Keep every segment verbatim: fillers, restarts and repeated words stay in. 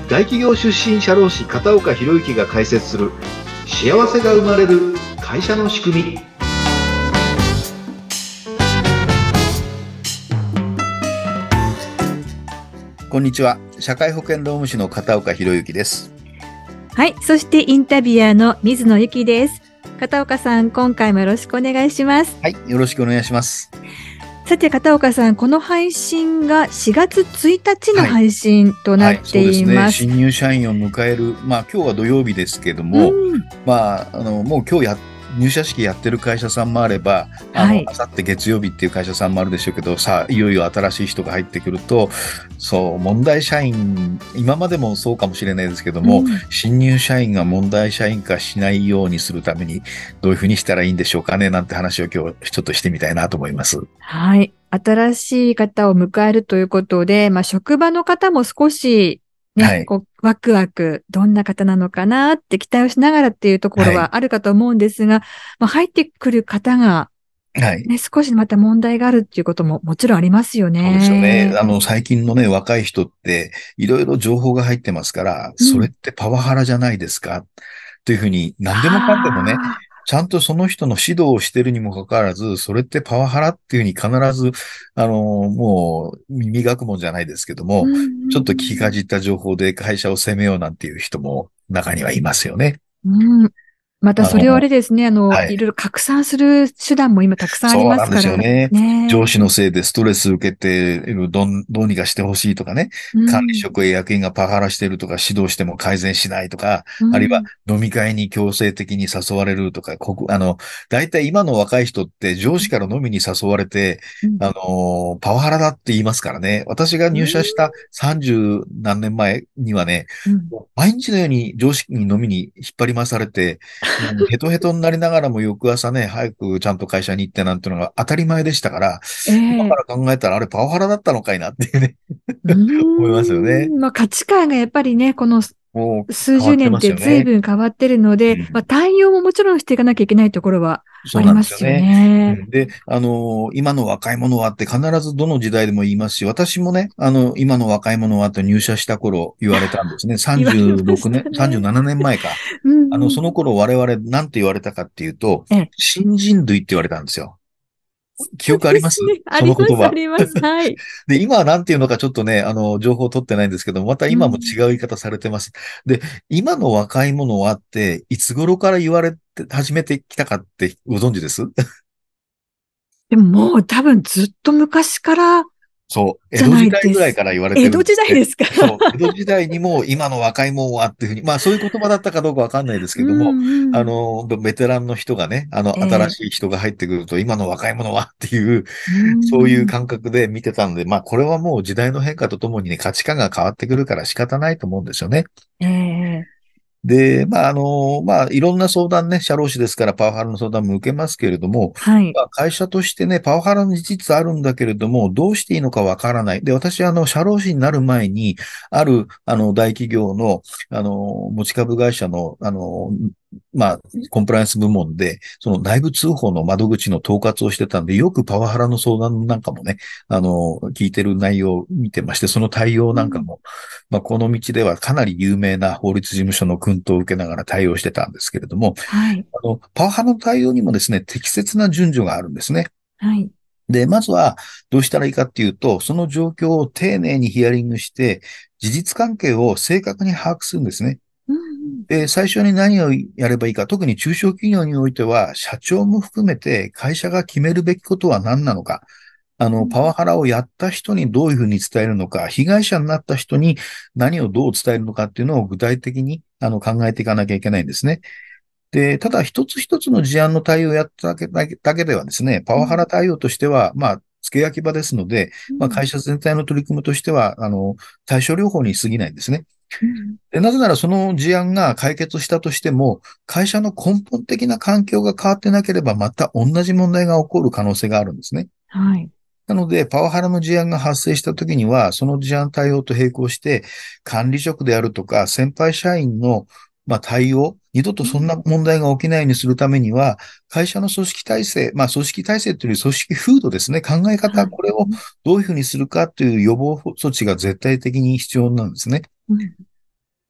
大企業出身社労士片岡博之が解説する幸せが生まれる会社の仕組み。 こんにちは。社会保険労務士の片岡博之です。 はい、そしてインタビュアーの水野由紀です。片岡さん、今回もよろしくお願いします。 はい、よろしくお願いします。 さて片岡さん、この配信がしがつついたちの配信となっています。はいはい、そうですね。新入社員を迎える、まあ今日は土曜日ですけども、うん、まああのもう今日や入社式やってる会社さんもあれば、あの、あさって月曜日っていう会社さんもあるでしょうけど、さあ、いよいよ新しい人が入ってくると、そう、問題社員、今までもそうかもしれないですけども、うん、新入社員が問題社員化しないようにするために、どういうふうにしたらいいんでしょうかね、なんて話を今日ちょっとしてみたいなと思います。 はい。新しい方を迎えるということで、まあ、職場の方も少し、ね、はい、こうワクワク、どんな方なのかなって期待をしながらっていうところはあるかと思うんですが、はい、まあ、入ってくる方が、 はいね、少しまた問題があるっていうことももちろんありますよね。 そうですよね。あの、最近のね、若い人って、いろいろ情報が入ってますから、うん、それってパワハラじゃないですかというふうに、何でもかんでもね、ちゃんとその人の指導をしてるにもかかわらず、それってパワハラっていうふうに必ず、あの、もう耳学問じゃないですけども、うんうん、ちょっと聞きかじった情報で会社を責めようなんていう人も中にはいますよね。 うん、またそれをあれですね、あの、はい、いろいろ拡散する手段も今たくさんありますから。 そうなんですよね。ね、上司のせいでストレス受けて、どん、どうにかしてほしいとかね、うん、管理職や役員がパワハラしてるとか、指導しても改善しないとか、うん、あるいは飲み会に強制的に誘われるとか、ここ、あの、大体今の若い人って上司から飲みに誘われて、うん、あの、パワハラだって言いますからね。私が入社したさんじゅう何年前にはね、毎日のように上司に飲みに引っ張り回されて、ヘトヘトになりながらも翌朝ね、早くちゃんと会社に行ってなんていうのが当たり前でしたから、えー、今から考えたらあれパワハラだったのかいなっていうね、思いますよね。 まあ、価値観がやっぱりね、この数十年って随分変わってるので、ね、まあ、対応ももちろんしていかなきゃいけないところはありますよね。 そうなんですよね。で、あのー、今の若い者はって必ずどの時代でも言いますし、私もね、あの、今の若い者はと入社した頃言われたんですね。さんじゅうろくねん、ね、さんじゅうななねんまえか。うんうん、あの、その頃我々何て言われたかっていうと、新人類って言われたんですよ。記憶あります？その言葉。 あります、あります。はい。 で、今は何て言うのかちょっとね、あの、情報を取ってないんですけど、また今も違う言い方されてます。うん、で、今の若い者はって、いつ頃から言われて、始めてきたかってご存知です？ でももう多分ずっと昔からそう。江戸時代ぐらいから言われてるんです。 江戸時代ですか？ そう。江戸時代にも今の若いもんはっていうふうに、まあそういう言葉だったかどうかわかんないですけども、うんうん、あの、ベテランの人がね、あの、新しい人が入ってくると、今の若い者はっていう、そういう感覚で見てたんで、まあこれはもう時代の変化とともにね、価値観が変わってくるから仕方ないと思うんですよね。 ええで、まあ、あの、まあ、いろんな相談ね、社労士ですからパワハラの相談も受けますけれども、 はい。 まあ、会社としてね、パワハラの事実あるんだけれども、どうしていいのかわからない。で、私はあの、社労士になる前に、ある、あの、大企業の、あの、持ち株会社の、あの、まあ、コンプライアンス部門で、その内部通報の窓口の統括をしてたんで、よくパワハラの相談なんかもね、あの、聞いてる内容を見てまして、その対応なんかも、うん、まあ、この道ではかなり有名な法律事務所の訓導を受けながら対応してたんですけれども、 はい。 あの、パワハラの対応にもですね、適切な順序があるんですね。 はい。 で、まずは、どうしたらいいかっていうと、その状況を丁寧にヒアリングして、事実関係を正確に把握するんですね。 うんうん、 で、最初に何をやればいいか、特に中小企業においては、社長も含めて会社が決めるべきことは何なのか、あの、パワハラをやった人にどういうふうに伝えるのか、被害者になった人に何をどう伝えるのかっていうのを具体的にあの考えていかなきゃいけないんですね。で、ただ一つ一つの事案の対応をやっただけだけではですね、パワハラ対応としては、まあ、付け焼き場ですので、まあ、会社全体の取り組みとしては、あの、対処療法に過ぎないんですね。でなぜならその事案が解決したとしても、会社の根本的な環境が変わってなければ、また同じ問題が起こる可能性があるんですね。 はい。 なので、パワハラの事案が発生したときには、その事案対応と並行して、管理職であるとか、先輩社員の、まあ、対応、二度とそんな問題が起きないようにするためには、会社の組織体制、まあ、組織体制というより組織風土ですね、考え方、これをどういうふうにするかという予防措置が絶対的に必要なんですね。 うん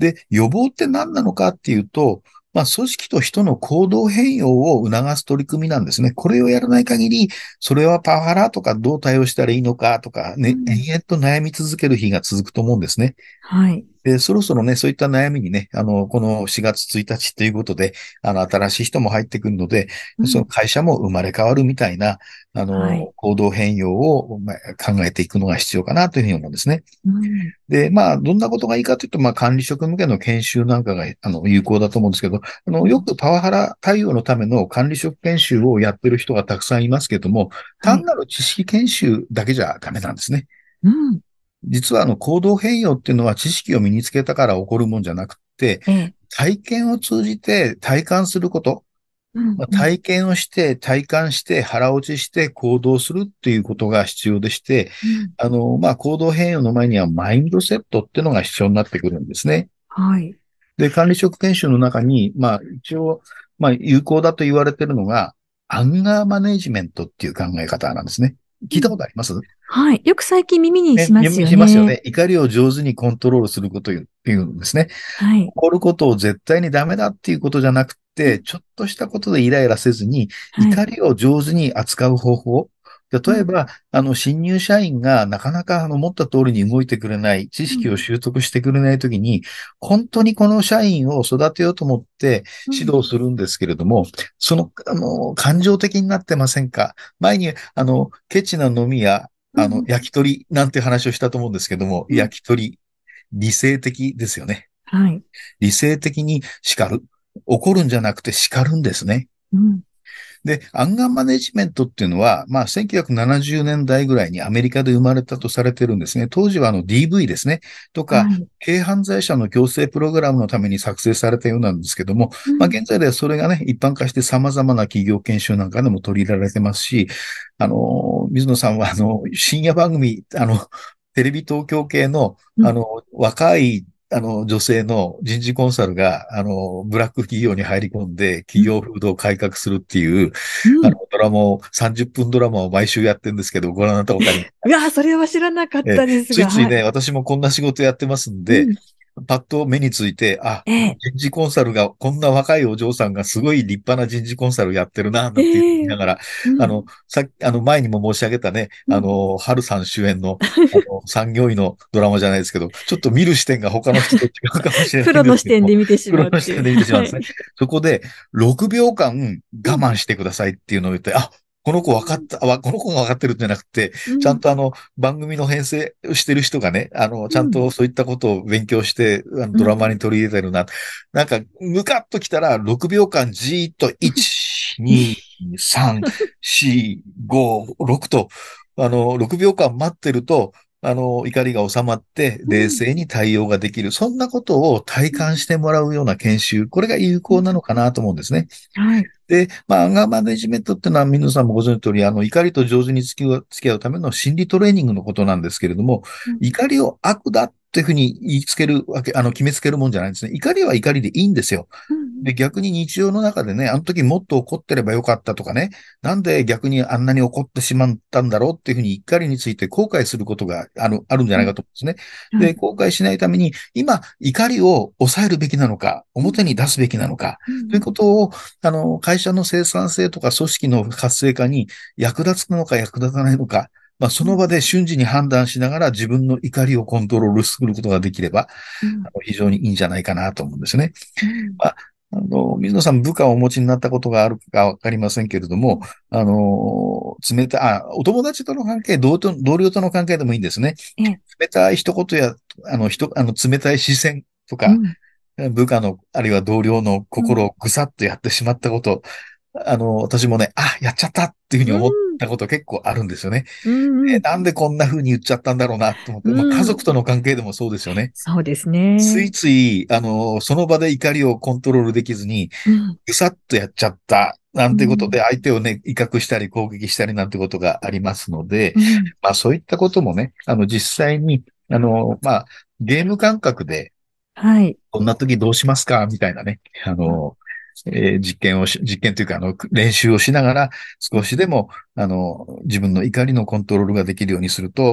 で、予防って何なのかっていうと、まあ、組織と人の行動変容を促す取り組みなんですね。これをやらない限り、それはパワハラとかどう対応したらいいのかとかね、 うん、 延々と悩み続ける日が続くと思うんですね。 はい。 で、そろそろね、そういった悩みにね、あの、このしがつついたちということで、あの、新しい人も入ってくるので、 うん、 その会社も生まれ変わるみたいな、あはい。 の、行動変容を、まあ、考えていくのが必要かなというふうに思うんですね。 うん、 で、まあ、どんなことがいいかというと、まあ、管理職向けの研修なんかが、あの、有効だと思うんですけど、あの、ようん、 くパワハラ対応のための管理職研修をやってる人がたくさんいますけども、 はい。 単なる知識研修だけじゃダメなんですね。 うん、 実はあの行動変容っていうのは知識を身につけたから起こるもんじゃなくて、 ええ、 体験を通じて体感すること、 うん、 まあ、 うん、 体験をして、体感して、腹落ちして行動するっていうことが必要でして、 うん、 あの、まあ、行動変容の前にはマインドセットっていうのが必要になってくるんですね。 はい。 で、管理職研修の中に、まあ、一応、まあ、有効だと言われているのが、アンガーマネジメントっていう考え方なんですね。聞いたうん、 ことありますはい。よく最近耳にしね、 ます読みよね。 しますよね。怒りを上手にコントロールすることを言うんですね。 はい。 怒ることを絶対にダメだっていうことじゃなくて、 うん、 ちょっとしたことでイライラせずに、 はい。 怒りを上手に扱う方法。 うん、 例えば、あの、新入社員がなかなかあの、思った通りに動いてくれない、知うん、 識を習得してくれないときに、本当にこの社員を育てようと思ってうん、 指導するんですけれども、その、あの、感情的になってませんか？前に、あの、ケチな飲みや、あの、 うん、 焼き鳥なんて話をしたと思うんですけども、 うん、 焼き鳥、理性的ですよね。 はい。 理性的に叱る。怒るんじゃなくて叱るんですね。 うん、 で、アンガーマネジメントっていうのは、まあ、せんきゅうひゃくななじゅうねんだいぐらいにアメリカで生まれたとされてるんですね。当時はあの ディーブイ ですね。とか、 はい。 軽犯罪者の矯正プログラムのために作成されたようなんですけども、まあ、 うん、 現在ではそれがね、一般化して様々な企業研修なんかでも取り入れられてますし、あの、水野さんはあの、深夜番組、あの、テレビ東京系の、 うん、 あの、若いあの、女性の人事コンサルが、あの、ブラック企業に入り込んで、 うん、 企業風土を改革するっていう、 うん。 あの、ドラマを、さんじゅっぷんドラマを毎週やってるんですけど、ご覧になったことあります。 うわー、それは知らなかっえーたですが、はい。 ついついね、私もこんな仕事やってますんで、 うん、 パッと目について、あ、 ええ、 人事コンサルが、こんな若いお嬢さんがすごい立派な人事コンサルやってるな、なんて言いええ、 ながら、 うん、 あの、さっき、あの、前にも申し上げたね、 うん。 あの、春さん主演の、あの、産業医のドラマじゃないですけど、ちょっと見る視点が他の人と違うかもしれないプロの視んですけども、 点で見てしプまうっていう。 ロの視点で見てしまうんですね。 はい。 そこで、ろくびょうかんうん、 我慢してくださいっていうのを言って、あ、この子分かった、あ、この子が分かってるんじゃなくて、 うん、 ちゃんとあの、番組の編成してる人がね、あの、ちゃんうん、 とそういったことを勉強して、あのうん、 ドラマに取り入れてるな。なんか、ムカッときたら、ろくびょうかんじーっと、いち、に、さん、よん、ご、ろくと、あの、ろくびょうかん待ってると、あの、怒りが収まって、 うん、 冷静に対応ができる。そんなことを体感してもらうような研修。これが有効なのかなと思うんですね。 はい。 で、まあ、アンガーマネジメントっていうのは、皆さんもご存知の通り、あの、怒りと上手に付き合う付き合うための心理トレーニングのことなんですけれども、 うん、 怒りを悪だっていうふうに言いつけるわけ、あの、決めつけるもんじゃないんですね。怒りは怒りでいいんですよ。 うん、 で、逆に日常の中でね、あの時もっと怒ってればよかったとかね、なんで逆にあんなに怒ってしまったんだろうっていうふうに怒りについて後悔することがある、あるんじゃうん、 ないかと思うんですね。で、 はい。 後悔しないために、今、怒りを抑えるべきなのか、 うん、 表に出すべきなのか、 うん、 ということを、あの、会社の生産性とか組織の活性化に役立つのか役立たないのか、まあ、そうん、 の場で瞬時に判断しながら自分の怒りをコントロールすることができれば、 うん、 あの非常にいいんじゃないかなと思うんですね。 うん、 まあ、あの、水野さん部下をお持ちになったことがあるかわかりませんけれども、あの、冷たい、あ、お友達との関係、同と同僚との関係でもいいんですね。 ええ、 冷たい一言や、あの、人、あの、冷たい視線とか、 うん、 部下の、あるいは同僚のうん、 心をぐさっとやってしまったこと、あの、私もね、あ、やっちゃったっていうふうに思ったこと結構あるんですよね。 うん、うえ、 ん、 なんでこんな風に言っちゃったんだろうなと思って、まあ、家うん。 族との関係でもそうですよね。 そうですね。 ついつい、あの、その場で怒りをコントロールできずに、 うん、 ぐさっとやっちゃった、なんてことうん、 で相手をね、威嚇したり攻撃したりなんてことがありますので、 うん、 まあそういったこともね、あの実際に、あの、まあゲーム感覚で、 はい。 こんな時どうしますかみたいなね、あの、えー実験をし、実験というか、あの、練習をしながら、少しでも、あの、自分の怒りのコントロールができるようにすると、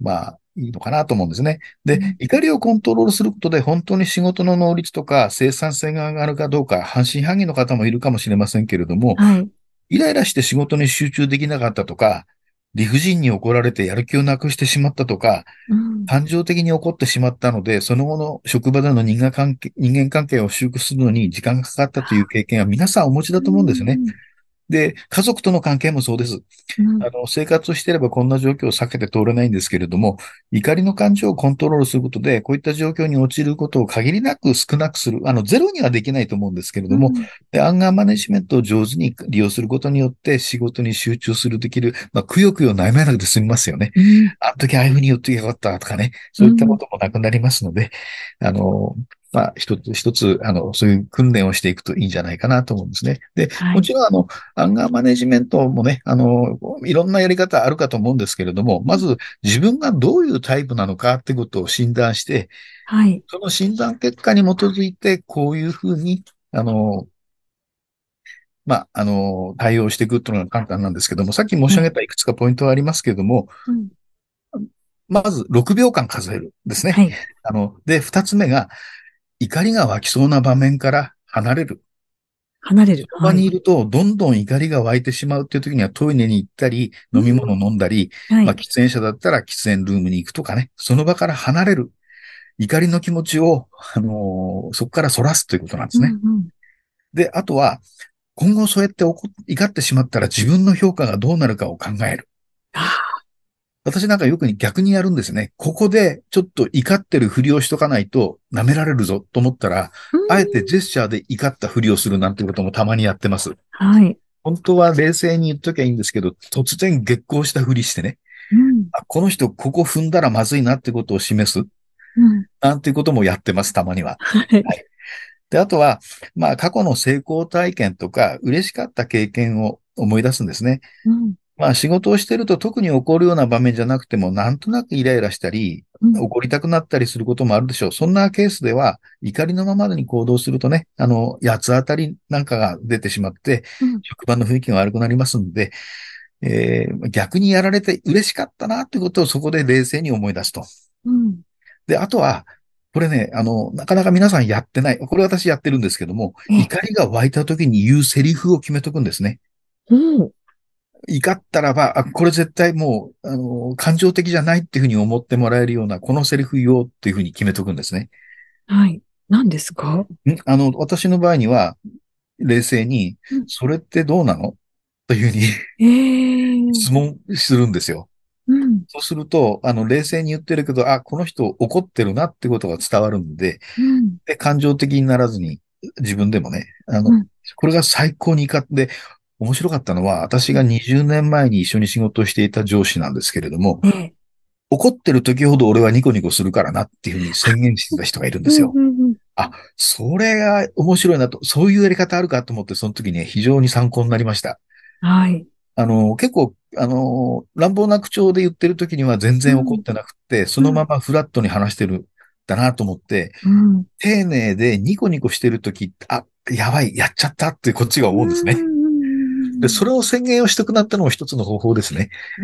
まあ、いいのかなと思うんですね。で、 うん。 怒りをコントロールすることで本当に仕事の能率とか生産性が上がるかどうか、半信半疑の方もいるかもしれませんけれども、 はい。 イライラして仕事に集中できなかったとか、理不尽に怒られてやる気をなくしてしまったとか、 うん。 感情的に怒ってしまったので、その後の職場での人間関係、人間関係を修復するのに時間がかかったという経験は皆さんお持ちだうと思うんですね。 ん。 で、家族との関係もそうです。 うん。 あの、生活をしていればこんな状況を避けて通れないんですけれども、怒りの感情をコントロールすることで、こういった状況に陥ることを限りなく少なくする。あの、ゼロにはできないと思うんですけれども、 うん。 でアンガーマネジメントを上手に利用することによって仕事に集中するできる、まあ、くよくよ悩めなくて済みますよね。 うん。 あの時ああいうふうに言ってよかったとかね、そういったこうん。 ともなくなりますので、あの、まあ、一つ一つ、あの、そういう訓練をしていくといいんじゃないかなと思うんですね。で、 はい。 もちろん、あの、アンガーマネジメントもね、あの、いろんなやり方あるかと思うんですけれども、まず自分がどういうタイプなのかってことを診断して、 はい。 その診断結果に基づいて、こういうふうに、あの、まあ、あの、対応していくっていうのが簡単なんですけども、さっき申し上げね。 たいくつかポイントはありますけれども、 うん。 まずろくびょうかん数えるですね。 はい。 あの、で、二つ目が、怒りが湧きそうな場面から離れる。 離れる。 その場はい。 にいると、どんどん怒りが湧いてしまうっていう時にはトイレに行ったり、飲み物うん。 飲んだり、まあ、 はい。 喫煙者だったら喫煙ルームに行くとかね、その場から離れる。怒りの気持ちを、あのーそこから反らすということなんでうん。 すね。 うん。 で、あとは、今後そうやって怒怒ってしまったら自分の評価がどうなるかを考える。 あ私なんかよく逆にやるんですね。ここでちょっと怒ってるふりをしとかないと舐められるぞと思ったら、 ー。うあえてん。 ジェスチャーで怒ったふりをするなんてこともたまにやってます。 はい。 本当は冷静に言っときゃいいんですけど、突然激高したふりしてね、 うん。 あ、この人ここ踏んだらまずいなってことを示す、 うん。 なんていうこともやってます、たまには。 はい。 はい。で、あとは、まあ過去の成功体験とか嬉しかった経験を思い出すんですね。 うん。 まあ仕事をしてると特に起こるような場面じゃなくても、なんとなくイライラしたり、 うん。 怒りたくなったりすることもあるでしょう。そんなケースでは、怒りのままに行動するとね、あの、八つ当たりなんかが出てしまって、 うん。 職場の雰囲気が悪くなりますので、えー逆にやられて嬉しかったなということをそこで冷静に思い出すと。 うん。 で、あとは、これね、あの、なかなか皆さんやってない。これ私やってるんですけども、 え、 怒りが湧いた時に言うセリフを決めとくんですね。 おー。 怒ったらば、あ、これ絶対もう、あの、感情的じゃないっていうふうに思ってもらえるような、このセリフ言おうっていうふうに決めとくんですね。 はい。何ですか？ んあの、私の場合には、冷静に、 うん。 それってどうなのというふうにええ。 質問するんですよ。 うん。 そうすると、あの、冷静に言ってるけど、あ、この人怒ってるなってことが伝わるんで、 うん。 で、感情的にならずに、自分でもね、あの、 うん。 これが最高に怒って、面白かったのは、私がうん。 にじゅうねんまえに一緒に仕事をしていた上司なんですけれども、 ええ。 怒ってる時ほど俺はニコニコするからなっていうふうに宣言してた人がいるんでうん。 すよ。 うん。うん。 あ、それが面白いなと、そういうやり方あるかと思って、その時ね、非常に参考になりました。 はい。 あの、結構、あの、乱暴な口調で言ってる時には全然怒っうん。 てなくて、そうん。 のままフラットに話してるんだなと思って、 うん。 丁寧でニコニコしてる時、あ、やばい、やっちゃったってこっちがう思うんですね。で、それん。 を宣言をしたくなったのも一つの方法ですね。 うん。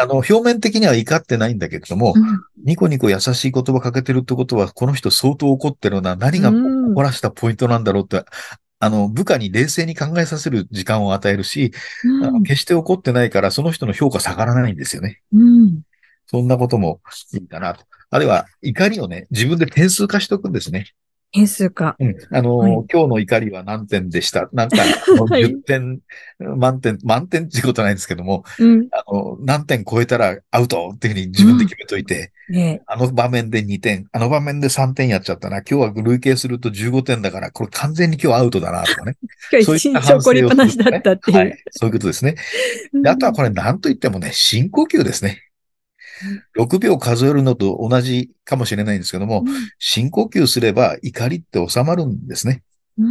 あの、表面的には怒ってないんだけれども、 うん。 ニコニコ優しい言葉かけてるってことは、この人相当怒ってるな、何うが怒ん。 らしたポイントなんだろうって、あの、部下に冷静に考えさせる時間を与えるし、あのうん。 決して怒ってないから、その人の評価下がらないんですよね。 うん。 そんなこともいいかなと。あるいは、怒りをね、自分で点数化しておくんですね。 変数か。 うん。あの、 はい。 今日の怒りは何点でした。なんか、あの、10 はい。 点、満点、満点っていうことはないんですけども、 うん。 あの、何点超えたらアウトっていうふうに自分でうん。 決めといて、 ねあの場面でにてん、あの場面でさんてんやっちゃったな。今日は累計するとじゅうごてんだから、これ完全に今日アウトだなとかね。 え。今そういっ日一日た反省を怒りっぱなするとね。 しだったっていう。 はい。そういうことですね。で、あとはうん。 これ何と言ってもね、深呼吸ですね。 うん。 ろくびょう数えるのと同じかもしれないんですけども、 うん。 深呼吸すれば怒りって収まるんですね。 うん。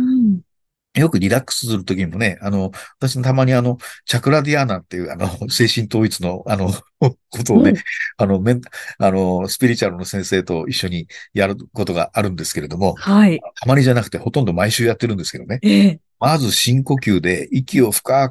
よくリラックスするときにもね、あの、私たまにあの、チャクラディアーナっていうあの、精神統一のあの、ことをね、 うん。 あの、メン、あの、スピリチュアルの先生と一緒にやることがあるんですけれども、 はい。 たまにじゃなくてほとんど毎週やってるんですけどね。 ええ。 まず深呼吸で息を深く吸っ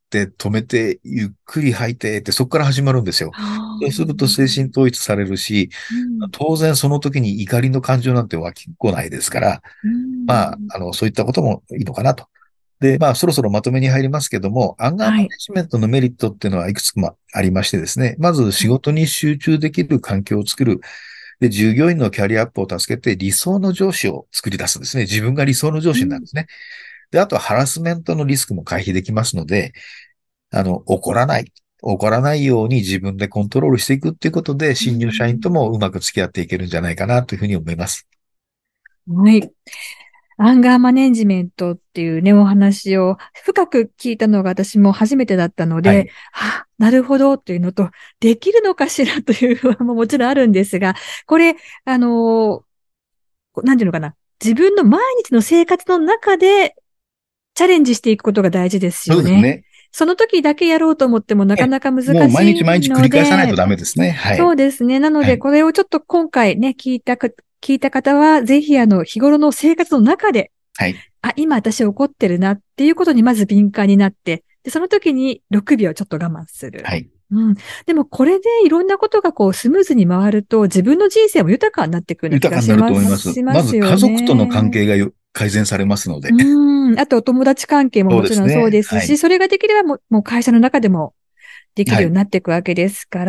って止めて、ゆっくり吐いてってそこから始まるんですよ。そうすると精神統一されるし、 うん、 当然その時に怒りの感情なんて湧きこないですから、 うん、 まあ、あの、そういったこともいいのかなと。で、まあ、そろそろまとめに入りますけども、アンガーマネはい。 ジメントのメリットっていうのはいくつかもありましてですね、まず仕事に集中できる環境を作る。で、従業員のキャリアアップを助けて理想の上司を作り出すんですね。自分が理想の上うん、 司になるんですね。で、あとはハラスメントのリスクも回避できますので、あの、怒らない。怒らないように自分でコントロールしていくっていうことで、 う新入社員とん、 もうまく付き合っていけるんじゃないかなというふうに思います。 はい。アンガーマネジメントっていうね、お話を深く聞いたのが私も初めてだったので、 はい。 あ、なるほどっていうのと、できるのかしらという不安ももちろんあるんですが、これ、あのこうなんていうのかな。自分の毎日の生活の中でチャレンジしていくことが大事ですよね。 そうですね。 その時だけやろうと思ってもなかえなか難もう毎しい日毎日繰り返さないとので、 ダメですね。はい。 そうですね。なので、 はい。 これをちょっと今回ね、聞いたか、聞いた方は、ぜひあの、日頃の生活の中で、 はい。 あ、今私怒ってるなっていうことにまず敏感になって、で、その時にろくびょうちょっと我慢する。 はい。 うん。でもこれでいろんなことがこうスムーズに回ると自分の人生も豊かになっていくような気豊かになるとがします、 思います。 しままず家すよ族との関ね。 係がよ改善されますので。 うん。あとお友達関係もそうもちろんそうですね。 ですし、 はい。 それができればもう、もう会社の中でもできるようにはい。 なっていくわけですから、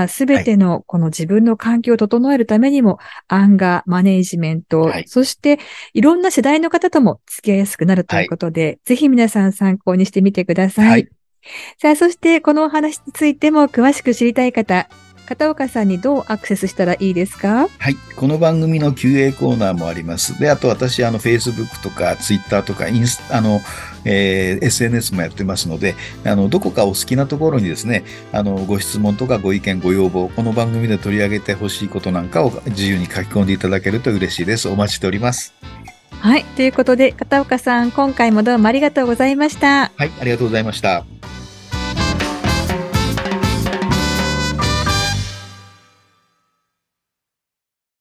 すべはい。 てのこの自分の環境を整えるためにも、アンガーマネージメント、 はい。 そしていろんな世代の方とも付き合いやすくなるというはい。 ことで、ぜひ皆さん参考にしてみてください。 はい。 さあ、そしてこのお話についても詳しく知りたい方、片岡さんにどうアクセスしたらいいですか？ はい。この番組の キューエー コーナーもあります。で、あと私、あの、Facebook とか Twitter とかインス、あの、えー エスエヌエス もやってますので、あの、どこかお好きなところにですね、あの、ご質問とかご意見、ご要望、この番組で取り上げてほしいことなんかを自由に書き込んでいただけると嬉しいです。お待ちしております。 はい。ということで、片岡さん、今回もどうもありがとうございました。 はい。ありがとうございました。